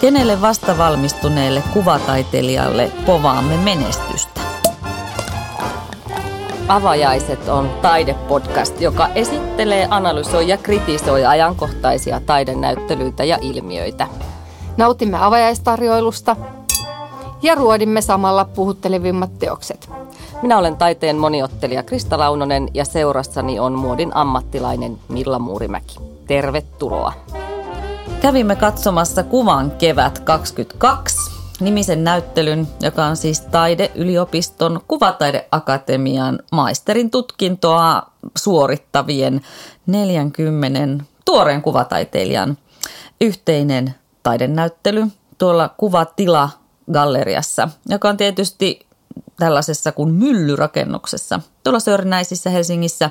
Kenelle vastavalmistuneelle kuvataiteilijalle povaamme menestystä? Avajaiset on taidepodcast, joka esittelee, analysoi ja kritisoi ajankohtaisia taidenäyttelyitä ja ilmiöitä. Nautimme avajaistarjoilusta ja ruodimme samalla puhuttelevimmat teokset. Minä olen taiteen moniottelija Krista Launonen ja seurassani on muodin ammattilainen Milla Muurimäki. Tervetuloa! Kävimme katsomassa Kuvan kevät 22 nimisen näyttelyn, joka on siis Taideyliopiston Kuvataideakatemian maisterin tutkintoa suorittavien 40 tuoreen kuvataiteilijan yhteinen taidenäyttely tuolla Kuvatila-galleriassa, joka on tietysti tällaisessa kuin myllyrakennuksessa tuolla Sörnäisissä Helsingissä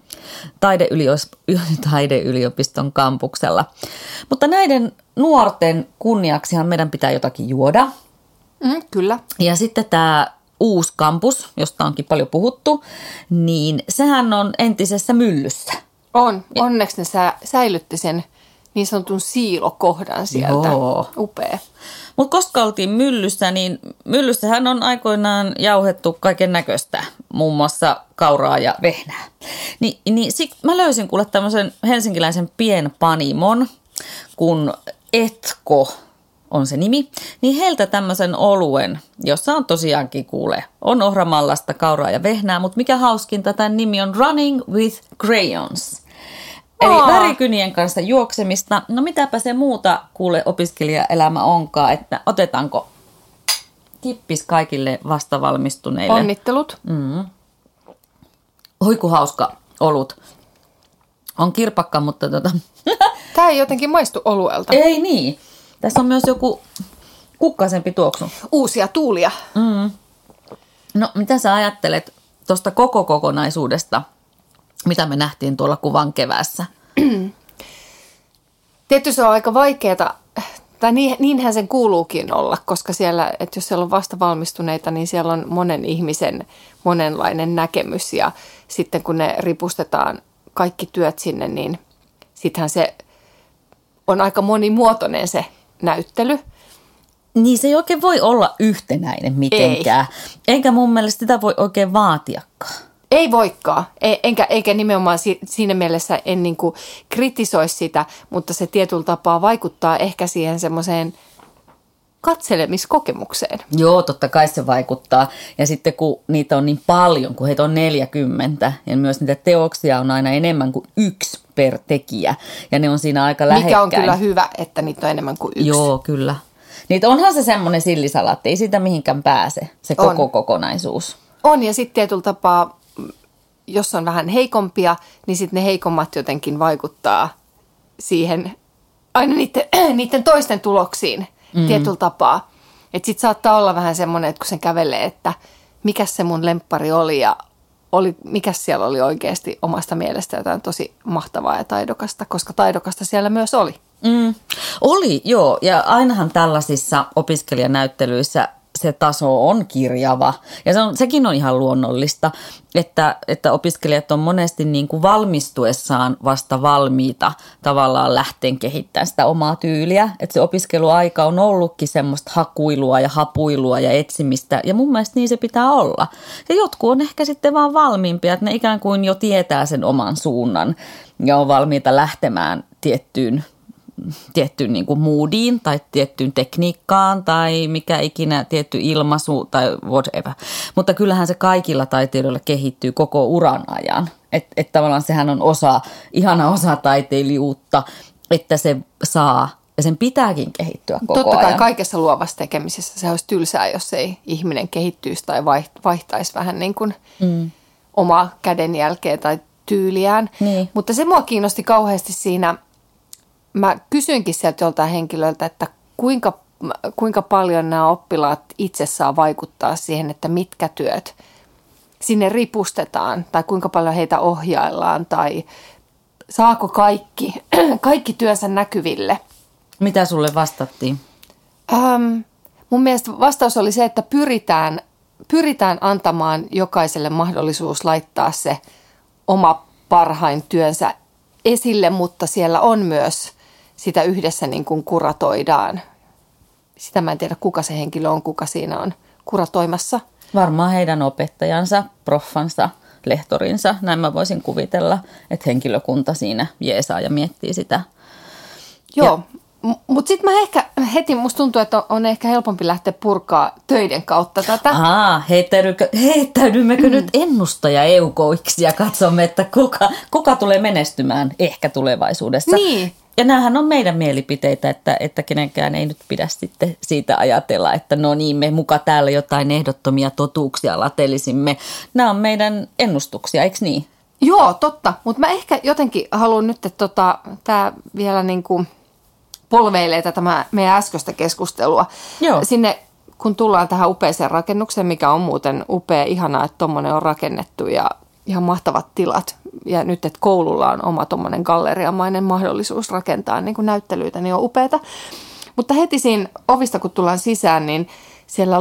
Taideyliopiston kampuksella. Mutta näiden nuorten kunniaksihan meidän pitää jotakin juoda. Kyllä. Ja sitten tämä uusi kampus, josta onkin paljon puhuttu, niin sehän on entisessä myllyssä. On. Onneksi ne säilytti sen niin sanotun siilokohdan sieltä. Joo. Upea. Mutta koska oltiin myllyssä, niin myllyssähän on aikoinaan jauhettu kaiken näköistä, muun muassa kauraa ja vehnää. Mä löysin kuule tämmöisen helsinkiläisen pienpanimon, kun Etko on se nimi, niin heiltä tämmöisen oluen, jossa on tosiaankin kuule, on ohramallasta, kauraa ja vehnää, mutta mikä hauskinta, tämän nimi on Running with Crayons. Eli värikynien kanssa juoksemista. No mitäpä se muuta kuule opiskelijaelämä onkaan, että otetaanko kippis kaikille vastavalmistuneille. Onnittelut. Oi kun hauska olut. On kirpakka, mutta Tämä ei jotenkin maistu oluelta. Ei niin. Tässä on myös joku kukkasempi tuoksu. Uusia tuulia. No mitä sä ajattelet tuosta koko kokonaisuudesta, mitä me nähtiin tuolla Kuvan keväässä? Tietysti se on aika vaikeaa, tai niinhän sen kuuluukin olla, koska siellä, että jos siellä on vasta valmistuneita, niin siellä on monen ihmisen monenlainen näkemys. Ja sitten kun ne ripustetaan kaikki työt sinne, niin sittenhän se on aika monimuotoinen se näyttely. Niin se ei oikein voi olla yhtenäinen mitenkään. Eikä mun mielestä sitä voi oikein vaatiakaan. Ei voikaan, eikä nimenomaan siinä mielessä en niin kuin kritisoi sitä, mutta se tietyllä tapaa vaikuttaa ehkä siihen semmoiseen katselemiskokemukseen. Joo, totta kai se vaikuttaa. Ja sitten kun niitä on niin paljon, kun heitä on 40, ja myös niitä teoksia on aina enemmän kuin yksi per tekijä. Ja ne on siinä aika lähekkäin. Mikä on kyllä hyvä, että niitä on enemmän kuin yksi. Joo, kyllä. Niitä onhan se semmoinen sillisalaatti, ei sitä mihinkään pääse, se koko kokonaisuus. On, ja sitten tietyllä tapaa, jos on vähän heikompia, niin sitten ne heikommat jotenkin vaikuttaa siihen, aina niiden toisten tuloksiin tietyllä tapaa. Että sitten saattaa olla vähän semmoinen, että kun se kävelee, että mikä se mun lemppari oli ja mikä siellä oli oikeasti omasta mielestä jotain tosi mahtavaa ja taidokasta, koska taidokasta siellä myös oli. Oli, joo. Ja ainahan tällaisissa opiskelijanäyttelyissä se taso on kirjava. Ja sekin on ihan luonnollista, että opiskelijat on monesti niin kuin valmistuessaan vasta valmiita tavallaan lähteen kehittämään sitä omaa tyyliä. Että se opiskeluaika on ollutkin semmoista hakuilua ja hapuilua ja etsimistä. Ja mun mielestä niin se pitää olla. Ja jotkut on ehkä sitten vaan valmiimpia, että ne ikään kuin jo tietää sen oman suunnan ja on valmiita lähtemään tiettyyn niin kuin moodiin tai tiettyyn tekniikkaan tai mikä ikinä tietty ilmaisu tai whatever. Mutta kyllähän se kaikilla taiteilijoilla kehittyy koko uran ajan. Että tavallaan sehän on ihana osa taiteilijuutta, että se saa ja sen pitääkin kehittyä koko ajan. Totta kai kaikessa luovassa tekemisessä se olisi tylsää, jos ei ihminen kehittyisi tai vaihtaisi vähän niin kuin omaa kädenjälkeä tai tyyliään. Niin. Mutta se mua kiinnosti kauheasti siinä. Mä kysyinkin sieltä joltain henkilöltä, että kuinka paljon nämä oppilaat itse saa vaikuttaa siihen, että mitkä työt sinne ripustetaan tai kuinka paljon heitä ohjaillaan tai saako kaikki työnsä näkyville. Mitä sulle vastattiin? Mun mielestä vastaus oli se, että pyritään antamaan jokaiselle mahdollisuus laittaa se oma parhain työnsä esille, mutta siellä on myös sitä yhdessä niin kuin kuratoidaan sitä mä en tiedä, kuka se henkilö on, kuka siinä on kuratoimassa. Varmaan heidän opettajansa, proffansa, lehtorinsa. Näin mä voisin kuvitella, että henkilökunta siinä jeesaa ja miettii sitä. Joo, mutta sitten mä ehkä heti, musta tuntuu, että on ehkä helpompi lähteä purkaa töiden kautta tätä. Heittäydymmekö nyt ennustaja-eukoiksi ja katsomme, että kuka tulee menestymään ehkä tulevaisuudessa. Niin. Ja näähän on meidän mielipiteitä, että kenenkään ei nyt pidä sitten siitä ajatella, että no niin, me muka täällä jotain ehdottomia totuuksia latelisimme. Nämä on meidän ennustuksia, eikö niin? Joo, totta. Mutta mä ehkä jotenkin haluan nyt, että tämä vielä niin kuin polveilee tätä meidän äskeistä keskustelua. Joo. Sinne, kun tullaan tähän upeeseen rakennukseen, mikä on muuten upea, ihanaa, että tommonen on rakennettu ja ihan mahtavat tilat. Ja nyt, että koululla on oma tommonen galleriamainen mahdollisuus rakentaa niin kuin näyttelyitä, niin on upeata. Mutta heti siinä ovista, kun tullaan sisään, niin siellä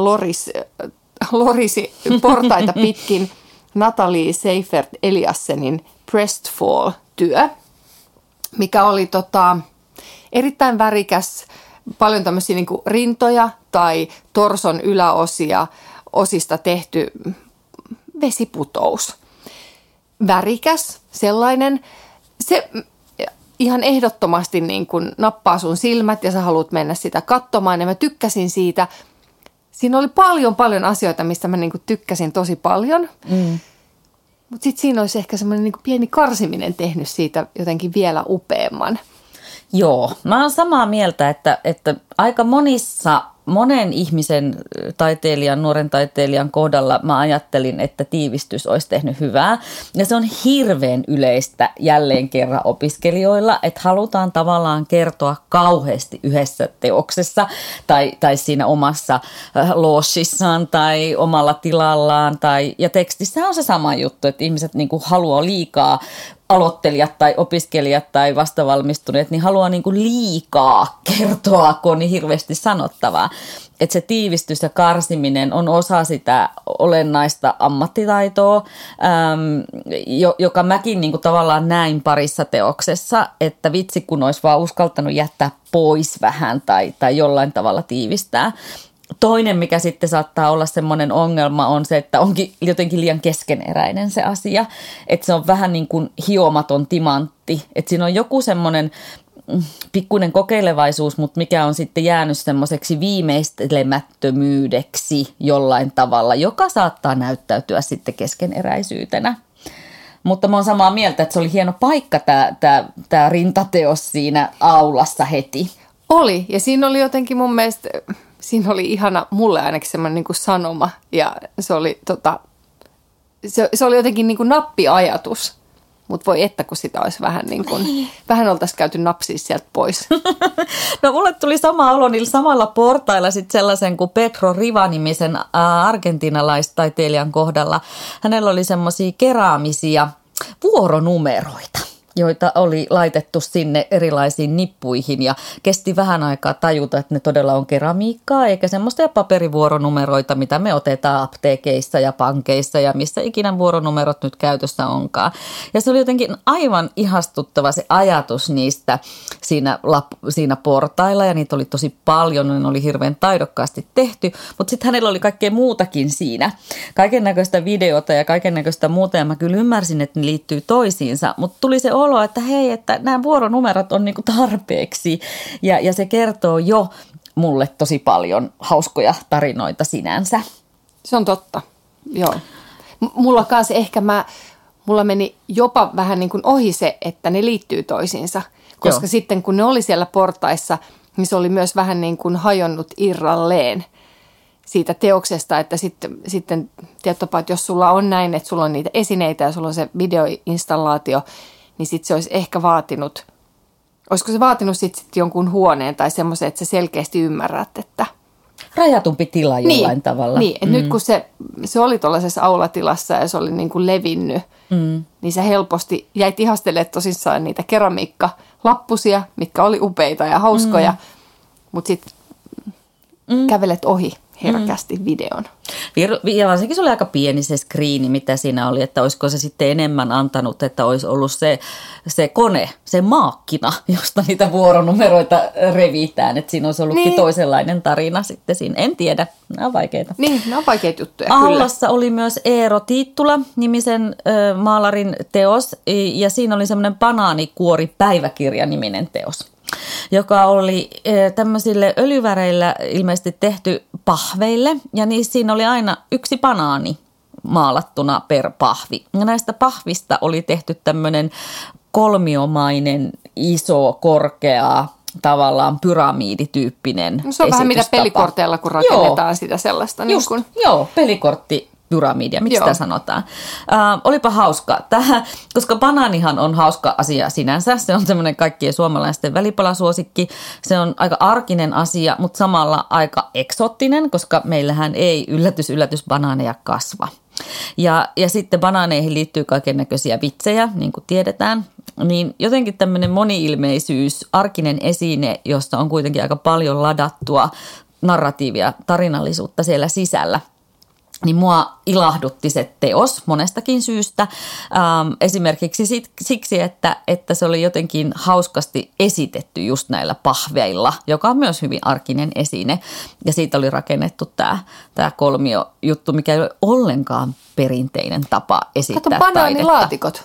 lorisi portaita pitkin Natalie Seifert Eliassenin Prestfall-työ, mikä oli erittäin värikäs, paljon tämmöisiä niin kuin rintoja tai torson osista tehty vesiputous. Värikäs sellainen, se ihan ehdottomasti niin kuin nappaa sun silmät ja sä haluat mennä sitä katsomaan ja mä tykkäsin siitä. Siinä oli paljon asioita, mistä mä niin kuin tykkäsin tosi paljon, mutta sitten siinä olisi ehkä semmoinen niin kuin pieni karsiminen tehnyt siitä jotenkin vielä upeamman. Joo, mä oon samaa mieltä, että aika monen ihmisen taiteilijan, nuoren taiteilijan kohdalla mä ajattelin, että tiivistys olisi tehnyt hyvää. Ja se on hirveän yleistä jälleen kerran opiskelijoilla, että halutaan tavallaan kertoa kauheasti yhdessä teoksessa tai siinä omassa looshissaan tai omalla tilallaan. Ja tekstissä on se sama juttu, että ihmiset niinku haluaa liikaa. Aloittelijat tai opiskelijat tai vastavalmistuneet, niin haluaa niin kuin liikaa kertoa, kun on niin hirveästi sanottavaa. Että se tiivistys ja karsiminen on osa sitä olennaista ammattitaitoa, joka mäkin niin kuin tavallaan näin parissa teoksessa, että vitsi kun olisi vaan uskaltanut jättää pois vähän tai jollain tavalla tiivistää. Toinen, mikä sitten saattaa olla semmoinen ongelma, on se, että onkin jotenkin liian keskeneräinen se asia. Että se on vähän niin kuin hiomaton timantti. Että siinä on joku semmoinen pikkuinen kokeilevaisuus, mutta mikä on sitten jäänyt semmoiseksi viimeistelemättömyydeksi jollain tavalla, joka saattaa näyttäytyä sitten keskeneräisyytenä. Mutta mä oon samaa mieltä, että se oli hieno paikka tämä rintateos siinä aulassa heti. Oli, ja siinä oli jotenkin mun mielestä... Siinä oli ihana, mulle ainakin semmoinen niin kuin sanoma ja se oli, se oli jotenkin niin kuin nappiajatus. Mutta voi että, kun sitä olisi vähän niin kuin, vähän oltaisiin käyty napsia sieltä pois. No mulle tuli sama olo niillä samalla portailla sitten sellaisen kuin Pedro Riva-nimisen argentinalaistaiteilijan kohdalla. Hänellä oli semmoisia keraamisia vuoronumeroita, joita oli laitettu sinne erilaisiin nippuihin ja kesti vähän aikaa tajuta, että ne todella on keramiikkaa eikä semmoista paperivuoronumeroita, mitä me otetaan apteekeissa ja pankeissa ja missä ikinä vuoronumerot nyt käytössä onkaan. Ja se oli jotenkin aivan ihastuttava se ajatus niistä siinä portailla ja niitä oli tosi paljon, ne oli hirveän taidokkaasti tehty, mutta sitten hänellä oli kaikkea muutakin siinä. Kaiken näköistä videota ja kaiken näköistä muuta ja mä kyllä ymmärsin, että ne liittyy toisiinsa, mutta tuli se olo, että hei, että nämä vuoronumerot on niinku tarpeeksi ja se kertoo jo mulle tosi paljon hauskoja tarinoita sinänsä. Se on totta, joo. Mulla kanssa ehkä mulla meni jopa vähän niin kuin ohi se, että ne liittyy toisiinsa, koska joo. Sitten kun ne oli siellä portaissa, niin se oli myös vähän niin kuin hajonnut irralleen siitä teoksesta, että sitten tietopaa, että jos sulla on näin, että sulla on niitä esineitä ja sulla on se videoinstallaatio, niin sitten se olisi ehkä vaatinut, olisiko se vaatinut sitten jonkun huoneen tai semmoisen, että sä selkeästi ymmärrät, että... Rajatumpi tila jollain tavalla. Niin, että nyt kun se oli tuollaisessa aulatilassa ja se oli niin kuin levinnyt, niin sä helposti jäit ihastelemaan tosissaan niitä keramiikkalappusia, mitkä oli upeita ja hauskoja, mutta sitten kävelet ohi herkästi videon. Ja varsinkin se oli aika pieni se skriini, mitä siinä oli, että olisiko se sitten enemmän antanut, että olisi ollut se kone, se maakkina, josta niitä vuoronumeroita revitään, että siinä olisi ollutkin toisenlainen tarina sitten siinä. En tiedä, nämä on vaikeita. Niin, nämä on vaikeita juttuja, Allassa oli myös Eero Tiittula-nimisen maalarin teos, ja siinä oli semmoinen Banaanikuori päiväkirja-niminen teos, joka oli tämmöisille öljyväreillä ilmeisesti tehty pahveille, ja siinä oli aina yksi banaani maalattuna per pahvi. Ja näistä pahvista oli tehty tämmöinen kolmiomainen, iso, korkea, tavallaan pyramiidityyppinen se on vähän mitä pelikorteilla, kun rakennetaan sitä sellaista. Just, niin kuin. Joo, pelikortti. Pyramidia, miksi sitä sanotaan. Olipa hauska, koska banaanihan on hauska asia sinänsä. Se on semmoinen kaikkien suomalaisten välipalasuosikki. Se on aika arkinen asia, mutta samalla aika eksoottinen, koska meillähän ei yllätys banaaneja kasva. Ja sitten banaaneihin liittyy kaikennäköisiä vitsejä, niin kuin tiedetään. Niin jotenkin tämmöinen moni-ilmeisyys, arkinen esine, jossa on kuitenkin aika paljon ladattua narratiivia, tarinallisuutta siellä sisällä. Niin mua ilahdutti se teos monestakin syystä. Esimerkiksi siksi, että se oli jotenkin hauskasti esitetty just näillä pahveilla, joka on myös hyvin arkinen esine. Ja siitä oli rakennettu tämä kolmio-juttu, mikä ei ole ollenkaan perinteinen tapa esittää taidetta. Kato, banaanilaatikot.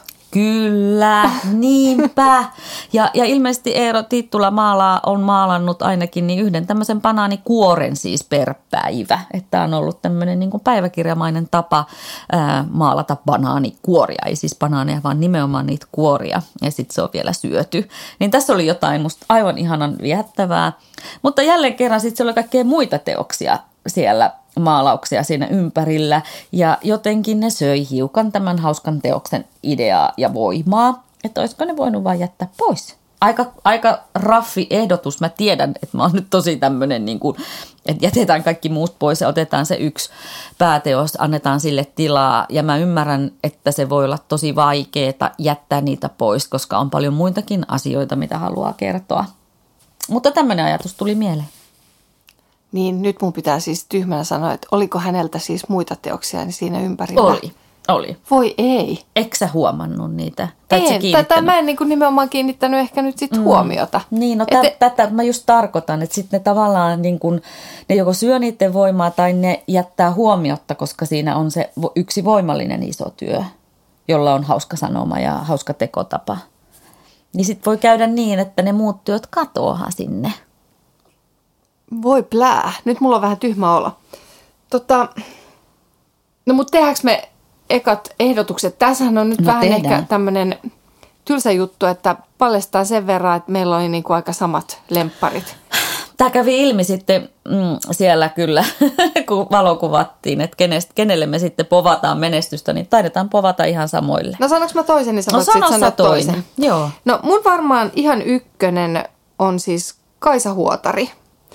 Kyllä, niinpä. Ja ilmeisesti Eero Tiittula on maalannut ainakin niin yhden tämmöisen banaanikuoren siis per päivä. Että on ollut tämmöinen niin kuin päiväkirjamainen tapa maalata banaanikuoria. Ei siis banaaneja, vaan nimenomaan niitä kuoria. Ja sitten se on vielä syöty. Niin tässä oli jotain musta aivan ihanan viehättävää. Mutta jälleen kerran sitten siellä oli kaikkea muita teoksia siellä, maalauksia siinä ympärillä, ja jotenkin ne söi hiukan tämän hauskan teoksen ideaa ja voimaa, että olisiko ne voinut vaan jättää pois. Aika raffi ehdotus. Mä tiedän, että mä oon nyt tosi tämmöinen, niin kuin, että jätetään kaikki muut pois ja otetaan se yksi pääteos, annetaan sille tilaa, ja mä ymmärrän, että se voi olla tosi vaikeaa jättää niitä pois, koska on paljon muitakin asioita, mitä haluaa kertoa. Mutta tämmöinen ajatus tuli mieleen. Niin nyt mun pitää siis tyhmänä sanoa, että oliko häneltä siis muita teoksia siinä ympärillä? Oli. Voi ei. Eikö sä huomannut niitä? Ei, tätä mä en niin kuin nimenomaan kiinnittänyt ehkä nyt sit huomiota. Niin, no tätä mä just tarkoitan, että sitten ne tavallaan niin kuin, ne joko syö niiden voimaa tai ne jättää huomiotta, koska siinä on se yksi voimallinen iso työ, jolla on hauska sanoma ja hauska tekotapa. Niin sitten voi käydä niin, että ne muut työt katoaa sinne. Voi plää. Nyt mulla on vähän tyhmä olo. No mutta tehdäänkö me ekat ehdotukset? Tässähän on nyt vähän tehdään. Ehkä tämmöinen tylsä juttu, että paljastaa sen verran, että meillä oli niinku aika samat lempparit. Tämä kävi ilmi sitten siellä kyllä, kun valokuvattiin, että kenelle me sitten povataan menestystä, niin taidetaan povata ihan samoille. No sanoinko mä toisen, niin sä voit sitten sanoa toisen. Joo. No mun varmaan ihan ykkönen on siis Kaisa Huotari.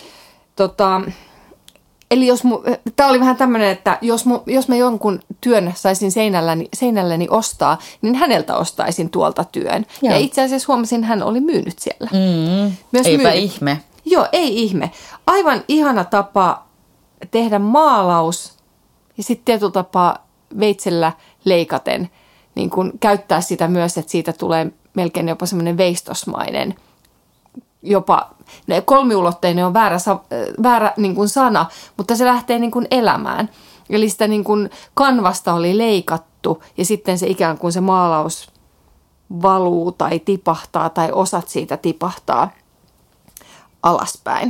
Eli tämä oli vähän tämmöinen, että jos mä jonkun työn saisin seinälleni ostaa, niin häneltä ostaisin tuolta työn. Joo. Ja itse asiassa huomasin, hän oli myynyt siellä. Eipä ihme. Joo, ei ihme. Aivan ihana tapa tehdä maalaus ja sitten tietyllä tapaa veitsellä leikaten niin kun käyttää sitä myös, että siitä tulee melkein jopa semmoinen veistosmainen, jopa kolmiulotteinen on väärä niin kuin sana, mutta se lähtee niin kuin elämään. Eli sitä niin kuin kanvasta oli leikattu ja sitten se ikään kuin se maalaus valuu tai tipahtaa tai osat siitä tipahtaa alaspäin.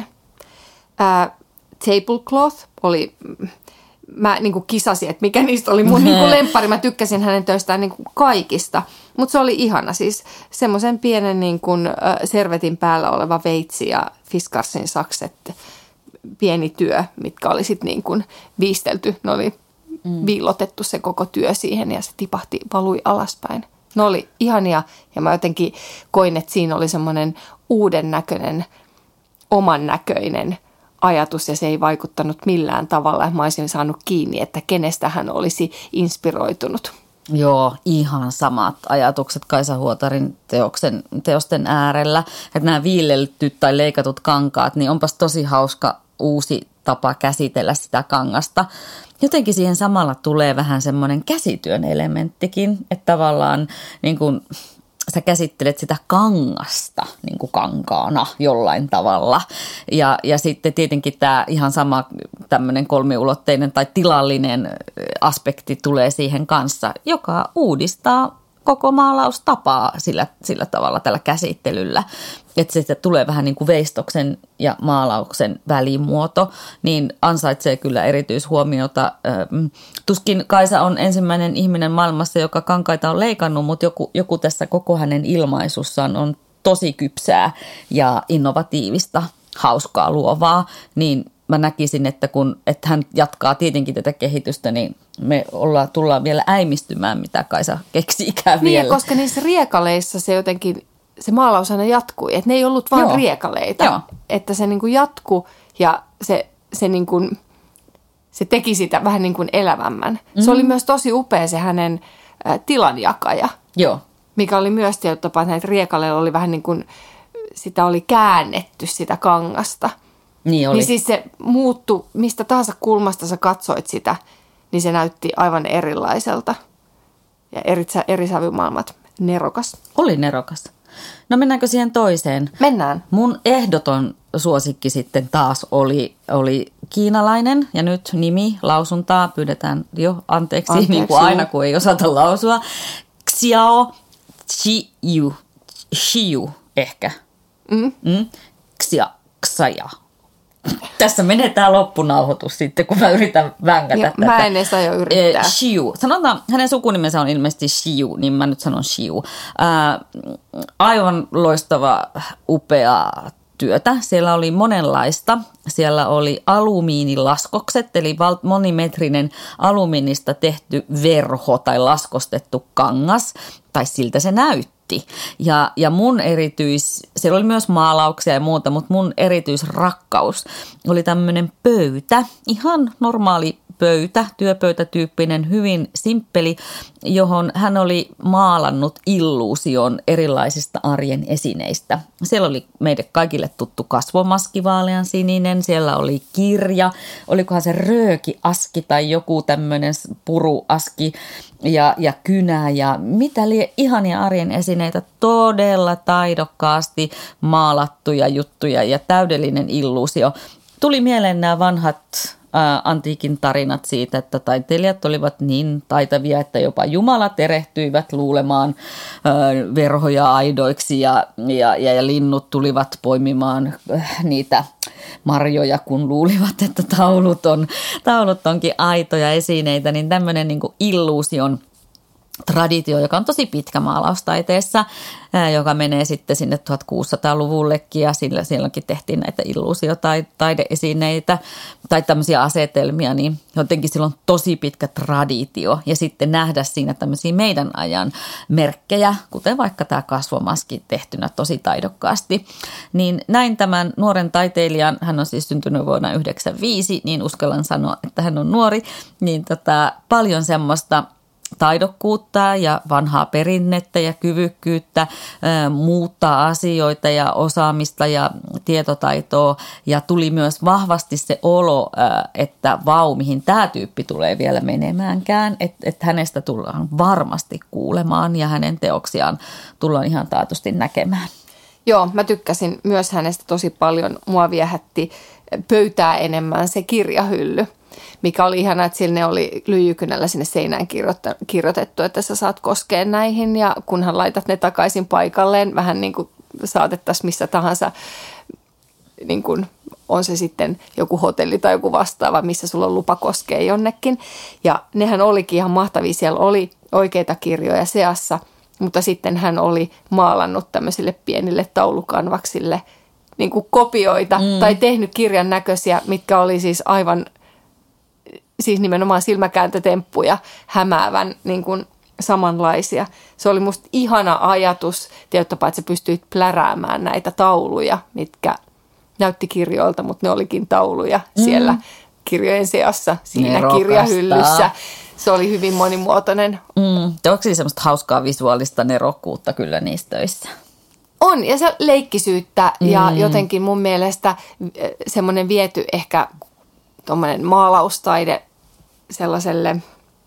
Tablecloth oli, mä niin kuin kisasin, että mikä niistä oli mun niin kuin lemppari. Mä tykkäsin hänen töistään niin kuin kaikista, mutta se oli ihana. Siis semmoisen pienen niin kuin servetin päällä oleva veitsi ja Fiskarsin sakset, pieni työ, mitkä oli sitten niin kuin viistelty. Ne oli viilotettu se koko työ siihen ja se valui alaspäin. Ne oli ihania ja mä jotenkin koin, että siinä oli semmoinen uuden näköinen, oman näköinen ajatus ja se ei vaikuttanut millään tavalla, että mä olisin saanut kiinni, että kenestä hän olisi inspiroitunut. Joo, ihan samat ajatukset Kaisa Huotarin teosten äärellä. Että nämä viileltyt tai leikatut kankaat, niin onpas tosi hauska uusi tapa käsitellä sitä kangasta. Jotenkin siihen samalla tulee vähän semmoinen käsityön elementtikin, että tavallaan niin kuin sä käsittelet sitä kangasta niin kuin kankaana jollain tavalla. Ja sitten tietenkin tämä ihan sama tämmöinen kolmiulotteinen tai tilallinen aspekti tulee siihen kanssa, joka uudistaa koko maalaustapaa sillä tavalla tällä käsittelyllä. Että se tulee vähän niin kuin veistoksen ja maalauksen välimuoto, niin ansaitsee kyllä erityishuomiota. Tuskin Kaisa on ensimmäinen ihminen maailmassa, joka kankaita on leikannut, mutta joku tässä koko hänen ilmaisussaan on tosi kypsää ja innovatiivista, hauskaa, luovaa, niin mä näkisin, että että hän jatkaa tietenkin tätä kehitystä, niin me tullaan vielä äimistymään, mitä Kaisa keksiikään vielä. Niin, koska niissä riekaleissa se jotenkin, se maalaus aina jatkui, että ne ei ollut vain riekaleita, Joo. Että se niin kuin jatkui ja se niin kuin, se teki sitä vähän niin kuin elävämmän. Se oli myös tosi upea se hänen tilanjakaja, Joo. mikä oli myös tietyllä tapaa, että näitä riekaleilla oli vähän niin kuin, sitä oli käännetty sitä kangasta. Niin oli. Niin siis se muuttui, mistä tahansa kulmasta sä katsoit sitä, niin se näytti aivan erilaiselta. Ja eri sävymaailmat. Nerokas. Oli nerokas. No mennäänkö siihen toiseen? Mennään. Mun ehdoton suosikki sitten taas oli kiinalainen. Ja nyt nimi, lausuntaa pyydetään jo anteeksi niin kuin aina, kun ei osata lausua. Xiao Xiu ehkä. Xia. Tässä menee tämä loppunauhoitus sitten, kun mä yritän vänkätä tätä. Mä en edes aio yrittää. Xiu. Sanotaan, hänen sukunimensä on ilmeisesti Xiu, niin mä nyt sanon Xiu. Aivan loistava, upea työtä. Siellä oli monenlaista. Siellä oli alumiinilaskokset, eli monimetrinen alumiinista tehty verho tai laskostettu kangas, tai siltä se näytti. Ja mun siellä oli myös maalauksia ja muuta, mutta mun erityisrakkaus oli tämmöinen pöytä, ihan normaali pöytä, työpöytätyyppinen, hyvin simppeli, johon hän oli maalannut illuusion erilaisista arjen esineistä. Siellä oli meille kaikille tuttu kasvomaski, vaalean sininen, siellä oli kirja, olikohan se röökiaski tai joku tämmöinen puruaski ja kynä ja mitä ihania arjen esineitä, todella taidokkaasti maalattuja juttuja ja täydellinen illuusio. Tuli mieleen nämä vanhat antiikin tarinat siitä, että taiteilijat olivat niin taitavia, että jopa jumalat erehtyivät luulemaan verhoja aidoiksi ja linnut tulivat poimimaan niitä marjoja, kun luulivat, että taulut onkin aitoja esineitä, niin tämmöinen niin kuin illuusion traditio, joka on tosi pitkä maalaustaiteessa, joka menee sitten sinne 1600-luvullekin ja sielläkin tehtiin näitä illuusiotaideesineitä tai tämmöisiä asetelmia, niin jotenkin sillä on tosi pitkä traditio ja sitten nähdä siinä tämmöisiä meidän ajan merkkejä, kuten vaikka tämä kasvomaski tehtynä tosi taidokkaasti. Niin näin tämän nuoren taiteilijan, hän on siis syntynyt vuonna 1995, niin uskallan sanoa, että hän on nuori, niin paljon semmoista taidokkuutta ja vanhaa perinnettä ja kyvykkyyttä muuttaa asioita ja osaamista ja tietotaitoa. Ja tuli myös vahvasti se olo, että mihin tämä tyyppi tulee vielä menemäänkään. Että hänestä tullaan varmasti kuulemaan ja hänen teoksiaan tullaan ihan taatusti näkemään. Joo, mä tykkäsin myös hänestä tosi paljon. Mua viehätti pöytää enemmän se kirjahylly, mikä oli ihana, että sinne oli lyijykynällä sinne seinään kirjoitettu, että sä saat koskea näihin ja kunhan laitat ne takaisin paikalleen, vähän niin kuin saatettaisiin missä tahansa, niin kuin on se sitten joku hotelli tai joku vastaava, missä sulla on lupa koskea jonnekin. Ja nehän olikin ihan mahtavia, siellä oli oikeita kirjoja seassa, mutta sitten hän oli maalannut tämmöisille pienille taulukanvaksille niin kuin kopioita tai tehnyt kirjan näköisiä, mitkä oli siis aivan, siis nimenomaan silmäkääntötemppuja, hämäävän niin kuin samanlaisia. Se oli musta ihana ajatus, tietysti että sä pystyit pläräämään näitä tauluja, mitkä näytti kirjoilta, mutta ne olikin tauluja siellä kirjojen seassa, siinä nerokasta kirjahyllyssä. Se oli hyvin monimuotoinen. Onko siis semmoista hauskaa visuaalista nerokkuutta kyllä niissä töissä? On, ja se leikkisyyttä ja jotenkin mun mielestä semmoinen viety ehkä tuommoinen maalaustaide sellaiselle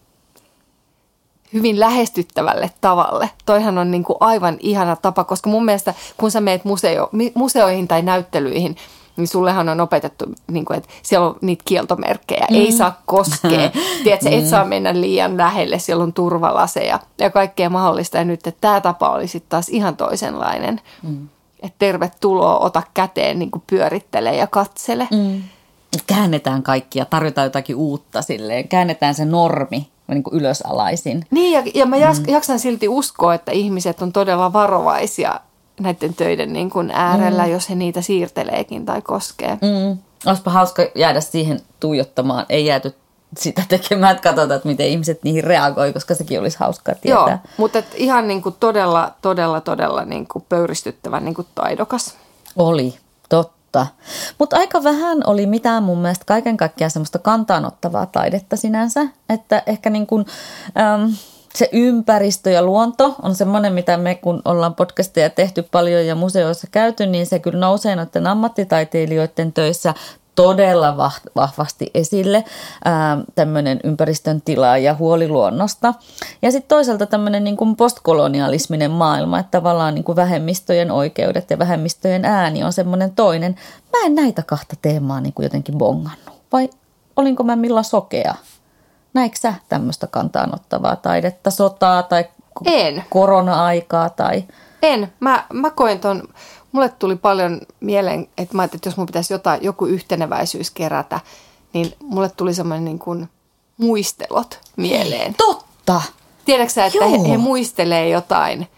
hyvin lähestyttävälle tavalle. Toihan on niin kuin aivan ihana tapa, koska mun mielestä kun sä meet museoihin tai näyttelyihin, niin sullehan on opetettu, niin kuin, että siellä on niitä kieltomerkkejä, ei saa koskea. Tiedätkö, et saa mennä liian lähelle, siellä on turvalaseja ja kaikkea mahdollista. Ja nyt että tämä tapa oli sitten taas ihan toisenlainen. Että tervetuloa, ota käteen, niin kuin pyörittele ja katsele. Käännetään kaikkia, tarjotaan jotakin uutta silleen, käännetään se normi niin kuin ylösalaisin. Niin, ja mä jaksan silti uskoa, että ihmiset on todella varovaisia näiden töiden niin kuin äärellä, jos he niitä siirteleekin tai koskee. Olisipa hauska jäädä siihen tuijottamaan. Ei jääty sitä tekemään, että katsotaan, että miten ihmiset niihin reagoi, koska sekin olisi hauskaa tietää. Joo, mutta ihan niin kuin todella niin kuin pöyristyttävän niin kuin taidokas. Oli, totta. Mutta aika vähän oli mitään mun mielestä kaiken kaikkiaan semmoista kantaanottavaa taidetta sinänsä, että ehkä niin kuin se ympäristö ja luonto on semmoinen, mitä me kun ollaan podcasteja tehty paljon ja museoissa käyty, niin se kyllä nousee noiden ammattitaiteilijoiden töissä todella vahvasti esille, tämmöinen ympäristön tila ja huoli luonnosta. Ja sitten toisaalta tämmöinen niin kuin postkolonialisminen maailma, että tavallaan niin kuin vähemmistöjen oikeudet ja vähemmistöjen ääni on semmoinen toinen. Mä en näitä kahta teemaa niin kuin jotenkin bongannut, vai olinko mä millä sokea? Näikö sä tämmöistä kantaanottavaa taidetta, sotaa tai korona-aikaa? Tai? En. Mä koen ton, mulle tuli paljon mieleen, että mä ajattelin, että jos mun pitäisi joku yhteneväisyys kerätä, niin mulle tuli semmoinen niin kuin muistelot mieleen. Totta! Tiedätkö sä, että he muistelee jotain,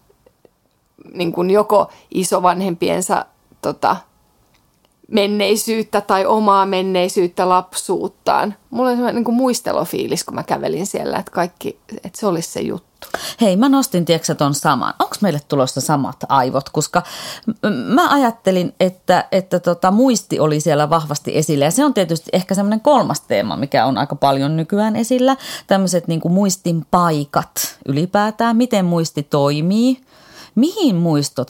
niin kuin joko isovanhempiensa menneisyyttä tai omaa menneisyyttä lapsuuttaan. Mulla oli sellainen niin kuin muistelofiilis, kun mä kävelin siellä, että se olisi se juttu. Hei, mä nostin, tiedätkö ton saman. Onko meille tulossa samat aivot? Koska mä ajattelin, että muisti oli siellä vahvasti esillä. Ja se on tietysti ehkä semmoinen kolmas teema, mikä on aika paljon nykyään esillä. Tämmöiset niin kuin muistin paikat ylipäätään. Miten muisti toimii? Mihin muistot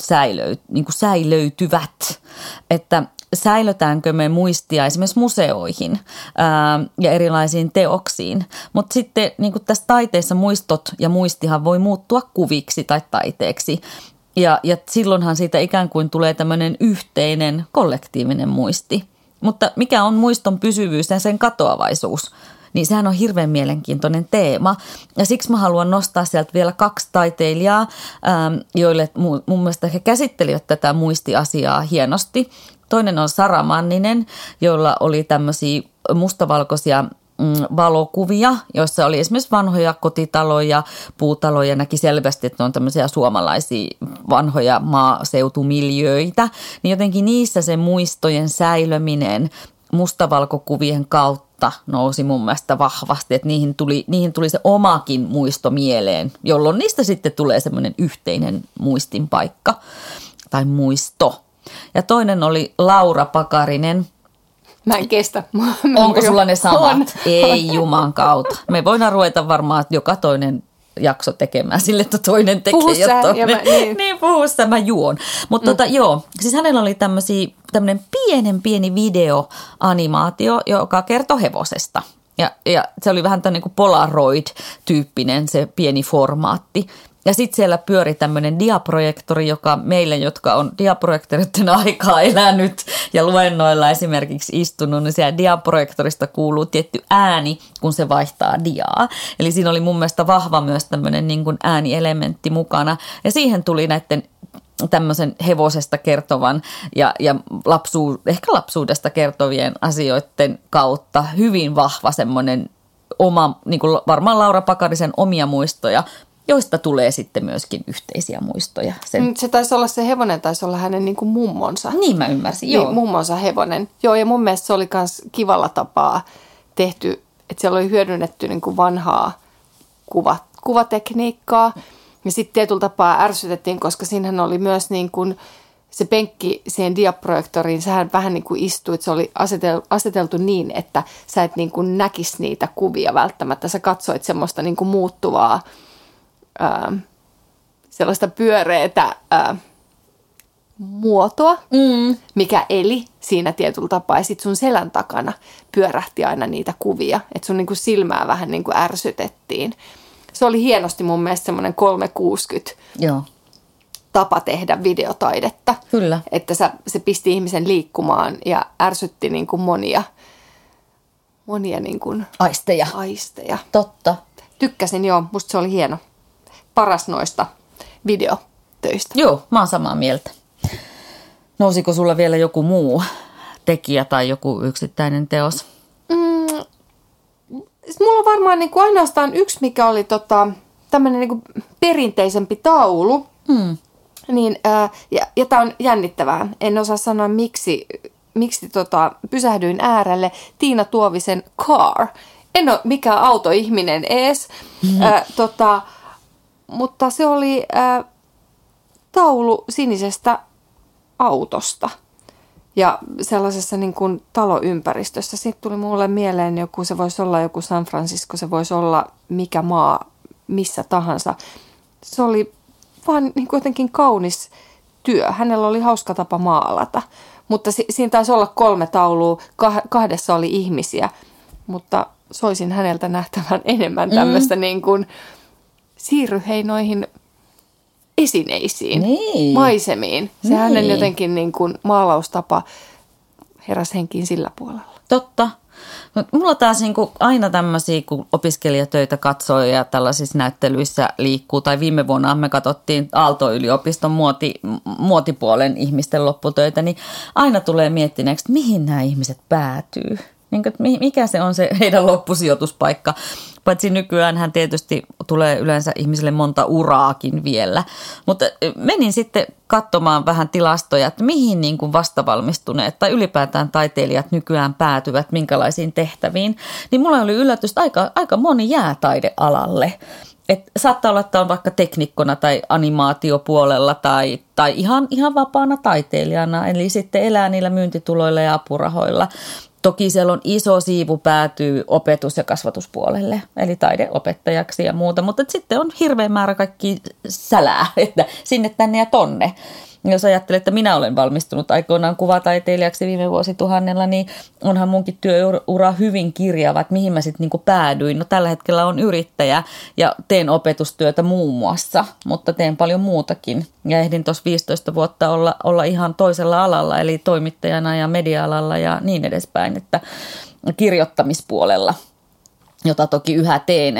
säilöytyvät? Että säilötäänkö me muistia esimerkiksi museoihin ja erilaisiin teoksiin. Mutta sitten niin kuin tässä taiteessa muistot ja muistihan voi muuttua kuviksi tai taiteeksi. Ja silloinhan siitä ikään kuin tulee tämmöinen yhteinen kollektiivinen muisti. Mutta mikä on muiston pysyvyys ja sen katoavaisuus? Niin sehän on hirveän mielenkiintoinen teema. Ja siksi mä haluan nostaa sieltä vielä 2 taiteilijaa, joille mun mielestä he käsittelivät tätä muistiasiaa hienosti. Toinen on Sara Manninen, jolla oli tämmöisiä mustavalkoisia valokuvia, joissa oli esimerkiksi vanhoja kotitaloja, puutaloja. Näki selvästi, että ne on tämmöisiä suomalaisia vanhoja maaseutumiljöitä. Niin jotenkin niissä se muistojen säilöminen mustavalkokuvien kautta nousi mun mielestä vahvasti, että niihin tuli se omakin muisto mieleen, jolloin niistä sitten tulee semmoinen yhteinen muistinpaikka tai muisto. Ja toinen oli Laura Pakarinen. Mä en kestä. Onko sulla ne samat? On. Ei juman kautta. Me voidaan ruveta varmaan että joka toinen jakso tekemään sille, että toinen tekee. Puhu sä, ja mä, niin puhu sä, mä juon. Mutta joo, siis hänellä oli tämmöinen pieni videoanimaatio, joka kertoi hevosesta. Ja se oli vähän tämmöinen kuin Polaroid-tyyppinen se pieni formaatti. Ja sitten siellä pyöri tämmöinen diaprojektori, joka meille, jotka on diaprojektoritten aikaa elänyt ja luennoilla esimerkiksi istunut, niin siellä diaprojektorista kuuluu tietty ääni, kun se vaihtaa diaa. Eli siinä oli mun mielestä vahva myös tämmöinen niin kuin äänielementti mukana. Ja siihen tuli näiden tämmöisen hevosesta kertovan ja ehkä lapsuudesta kertovien asioiden kautta hyvin vahva semmoinen oma, niin kuin varmaan Laura Pakarisen omia muistoja, joista tulee sitten myöskin yhteisiä muistoja. Se taisi olla se hevonen, taisi olla hänen niin kuin mummonsa. Niin mä ymmärsin, joo. Niin, mummonsa hevonen. Joo, ja mun mielestä se oli myös kivalla tapaa tehty, että siellä oli hyödynnetty niin kuin vanhaa kuvatekniikkaa. Ja sitten tietyllä tapaa ärsytettiin, koska siinähän oli myös niin kuin se penkki siihen diaprojektoriin, sähän vähän niin kuin istuit, se oli aseteltu niin, että sä et niin kuin näkisi niitä kuvia välttämättä. Sä katsoit semmoista niin kuin muuttuvaa, sellaista pyöreätä muotoa, mikä eli siinä tietyllä tapaa. Ja sitten sun selän takana pyörähti aina niitä kuvia, että sun niin kuin silmää vähän niin kuin ärsytettiin. Se oli hienosti mun mielestä semmoinen 360 tapa tehdä videotaidetta. Kyllä. Että se pisti ihmisen liikkumaan ja ärsytti niin kuin monia niin kuin aisteja. Totta. Tykkäsin, musta se oli hieno. Paras noista videotöistä. Joo, mä oon samaa mieltä. Nousiko sulla vielä joku muu tekijä tai joku yksittäinen teos? Mulla on varmaan niin kuin ainoastaan yksi, mikä oli tämmöinen niin kuin perinteisempi taulu. Niin, ja tämä on jännittävää. En osaa sanoa, miksi pysähdyin äärelle. Tiina Tuovisen Car. En ole mikään autoihminen ees. Mutta se oli taulu sinisestä autosta. Ja sellaisessa niin kuin taloympäristössä. Sitten tuli mulle mieleen se voisi olla joku San Francisco, se voisi olla mikä maa, missä tahansa. Se oli vaan niin kuin jotenkin kaunis työ. Hänellä oli hauska tapa maalata. Mutta siinä taisi olla 3 taulua, 2 oli ihmisiä. Mutta soisin häneltä nähtävän enemmän tämmöistä niin kuin siirry hei noihin esineisiin, maisemiin. Se hänen jotenkin niin kuin maalaustapa heräsi henkiin sillä puolella. Totta. Mulla taas niin kuin aina tämmöisiä, kun opiskelijatöitä katsoo ja tällaisissa näyttelyissä liikkuu, tai viime vuonna me katsottiin Aalto-yliopiston muotipuolen ihmisten lopputöitä, niin aina tulee miettineeksi, mihin nämä ihmiset päätyy. Niin kuin, mikä se on se heidän loppusijoituspaikka. Paitsi nykyään tietysti tulee yleensä ihmisille monta uraakin vielä. Mutta menin sitten katsomaan vähän tilastoja, että mihin niin kuin vastavalmistuneet tai ylipäätään taiteilijat nykyään päätyvät, minkälaisiin tehtäviin. Niin mulla oli yllätys, että aika moni jää taidealalle. Et saattaa olla, että on vaikka teknikkona tai animaatiopuolella tai ihan vapaana taiteilijana. Eli sitten elää niillä myyntituloilla ja apurahoilla. Toki siellä on iso siivu päätyy opetus- ja kasvatuspuolelle, eli taideopettajaksi ja muuta, mutta sitten on hirveän määrä kaikki sälää, että sinne, tänne ja tonne. Jos ajattelee, että minä olen valmistunut aikoinaan kuvataiteilijaksi viime vuosituhannella, niin onhan munkin työura hyvin kirjava, että mihin mä sitten niinku päädyin. No tällä hetkellä on yrittäjä ja teen opetustyötä muun muassa, mutta teen paljon muutakin. Ja ehdin tuossa 15 vuotta olla ihan toisella alalla, eli toimittajana ja media-alalla ja niin edespäin, että kirjoittamispuolella, jota toki yhä teen.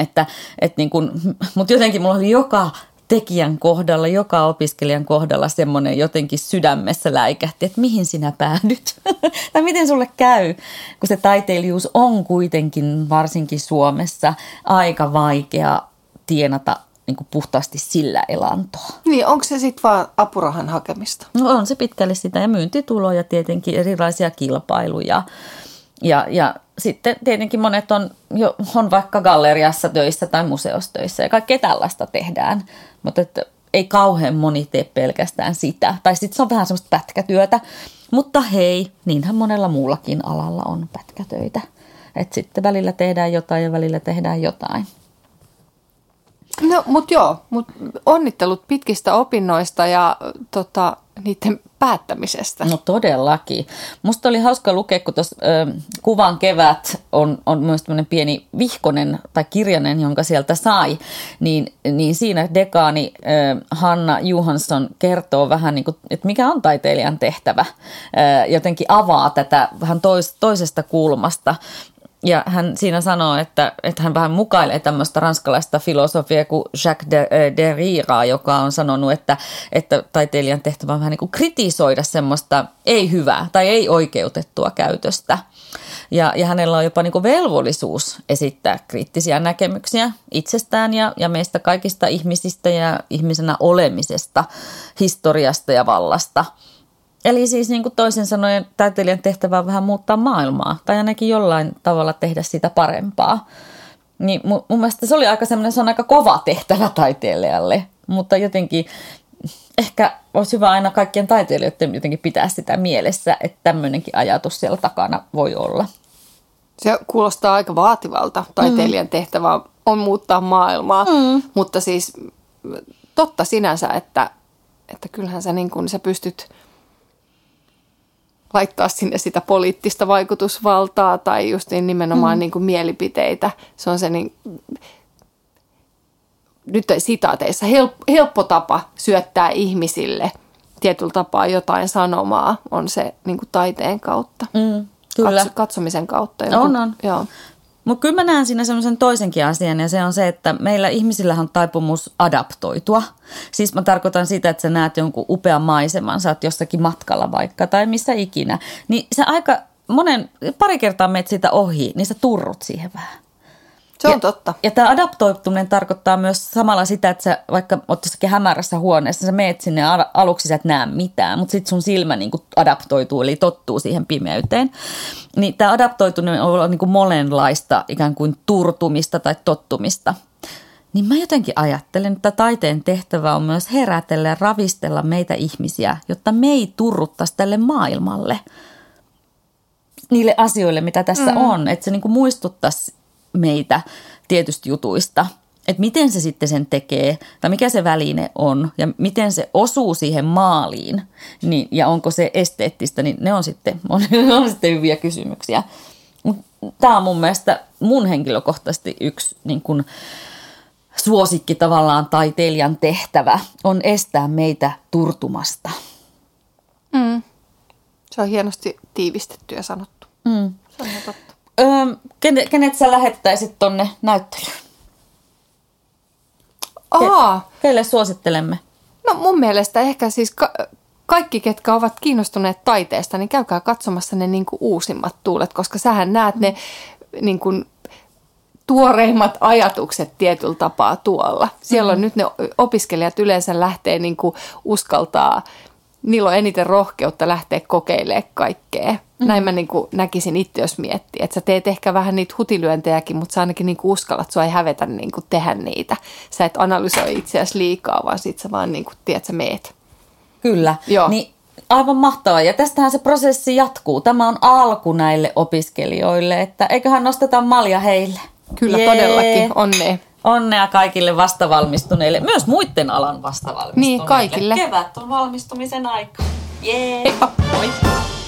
Mutta jotenkin mulla oli joka tekijän kohdalla, joka opiskelijan kohdalla semmoinen jotenkin sydämessä läikähti, että mihin sinä päädyt? Tai miten sulle käy, kun se taiteilijuus on kuitenkin varsinkin Suomessa aika vaikea tienata niin kuin puhtaasti sillä elantoa. Niin, onko se sitten vaan apurahan hakemista? No on se pitkälle sitä ja myyntituloja tietenkin, erilaisia kilpailuja. Ja sitten tietenkin monet on vaikka galleriassa töissä tai museostöissä ja kaikkea tällaista tehdään, mutta ei kauhean moni tee pelkästään sitä. Tai sitten se on vähän semmoista pätkätyötä, mutta hei, niinhän monella muullakin alalla on pätkätöitä. Että sitten välillä tehdään jotain ja välillä tehdään jotain. No, mutta onnittelut pitkistä opinnoista ja niiden päättämisestä. No todellakin. Musta oli hauska lukea, kun tuossa Kuvan kevät on myös tämmöinen pieni vihkonen tai kirjanen, jonka sieltä sai, niin siinä dekaani Hanna Johansson kertoo vähän, niin kuin, että mikä on taiteilijan tehtävä. Jotenkin avaa tätä vähän toisesta kulmasta. Ja hän siinä sanoo, että hän vähän mukailee tämmöistä ranskalaista filosofiaa kuin Jacques Derrida, joka on sanonut, että taiteilijan tehtävä on vähän niin kuin kritisoida semmoista ei-hyvää tai ei-oikeutettua käytöstä. Ja hänellä on jopa niin kuin velvollisuus esittää kriittisiä näkemyksiä itsestään ja meistä kaikista ihmisistä ja ihmisenä olemisesta, historiasta ja vallasta. Eli siis niin kuin toisin sanoen taiteilijan tehtävä on vähän muuttaa maailmaa tai ainakin jollain tavalla tehdä sitä parempaa. Niin mun mielestä se on aika kova tehtävä taiteilijalle, mutta jotenkin ehkä olisi hyvä aina kaikkien taiteilijoiden jotenkin pitää sitä mielessä, että tämmöinenkin ajatus siellä takana voi olla. Se kuulostaa aika vaativalta. Taiteilijan tehtävä on muuttaa maailmaa, mutta siis totta sinänsä, että kyllähän sä, niin kun sä pystyt laittaa sinne sitä poliittista vaikutusvaltaa tai just nimenomaan niin kuin mielipiteitä. Se on se nyt sitaateissa helppo tapa syöttää ihmisille tietyllä tapaa jotain sanomaa on se niin kuin taiteen kautta. Kyllä. Katsomisen kautta. On. Joo. Mutta kyllä mä näen siinä semmoisen toisenkin asian, ja se on se, että meillä ihmisillä on taipumus adaptoitua. Siis mä tarkoitan sitä, että sä näet jonkun upean maiseman, sä oot jossakin matkalla vaikka tai missä ikinä. Niin sä pari kertaa menet siitä ohi, niin sä turrut siihen vähän. Se on totta. Ja tämä adaptoituminen tarkoittaa myös samalla sitä, että sä vaikka oot jossakin hämärässä huoneessa, sä meet sinne aluksi, sä et näe mitään, mutta sitten sun silmä niin kuin adaptoituu, eli tottuu siihen pimeyteen. Niin tämä adaptoituminen on niin kuin monenlaista ikään kuin turtumista tai tottumista. Niin mä jotenkin ajattelen, että taiteen tehtävä on myös herätellä ja ravistella meitä ihmisiä, jotta me ei turruttaisi tälle maailmalle niille asioille, mitä tässä on. Että se niin kuin muistuttaisi meitä tietystä jutuista, että miten se sitten sen tekee tai mikä se väline on ja miten se osuu siihen maaliin niin, ja onko se esteettistä, niin ne on sitten hyviä kysymyksiä. Tämä on mun mielestä mun henkilökohtaisesti yksi niin kuin suosikki tavallaan taiteilijan tehtävä on estää meitä turtumasta. Se on hienosti tiivistetty ja sanottu. Se on ihan totta. Kenet sä lähettäisit tonne näyttelyyn? Keille suosittelemme? No mun mielestä ehkä siis kaikki, ketkä ovat kiinnostuneet taiteesta, niin käykää katsomassa ne niin kuin uusimmat tuulet, koska sähän näet ne niin kuin tuoreimmat ajatukset tietyllä tapaa tuolla. Siellä on nyt ne opiskelijat yleensä lähtee niin kuin uskaltaa, niillä on eniten rohkeutta lähteä kokeilemaan kaikkea. Näin mä niin kuin näkisin itse, jos miettii. Että sä teet ehkä vähän niitä hutilyöntejäkin, mutta sä ainakin niin kuin uskallat, sua ei hävetä niin kuin tehdä niitä. Sä et analysoi itseäsi liikaa, vaan sit sä vaan niin kuin, tiedät, sä meet. Kyllä. Joo. Niin, aivan mahtavaa. Ja tästähän se prosessi jatkuu. Tämä on alku näille opiskelijoille, että eiköhän nosteta malja heille. Kyllä, todellakin. Onnea. Onnea kaikille vastavalmistuneille, myös muiden alan vastavalmistuneille. Niin, kaikille. Kevät on valmistumisen aika. Heippa. Moi.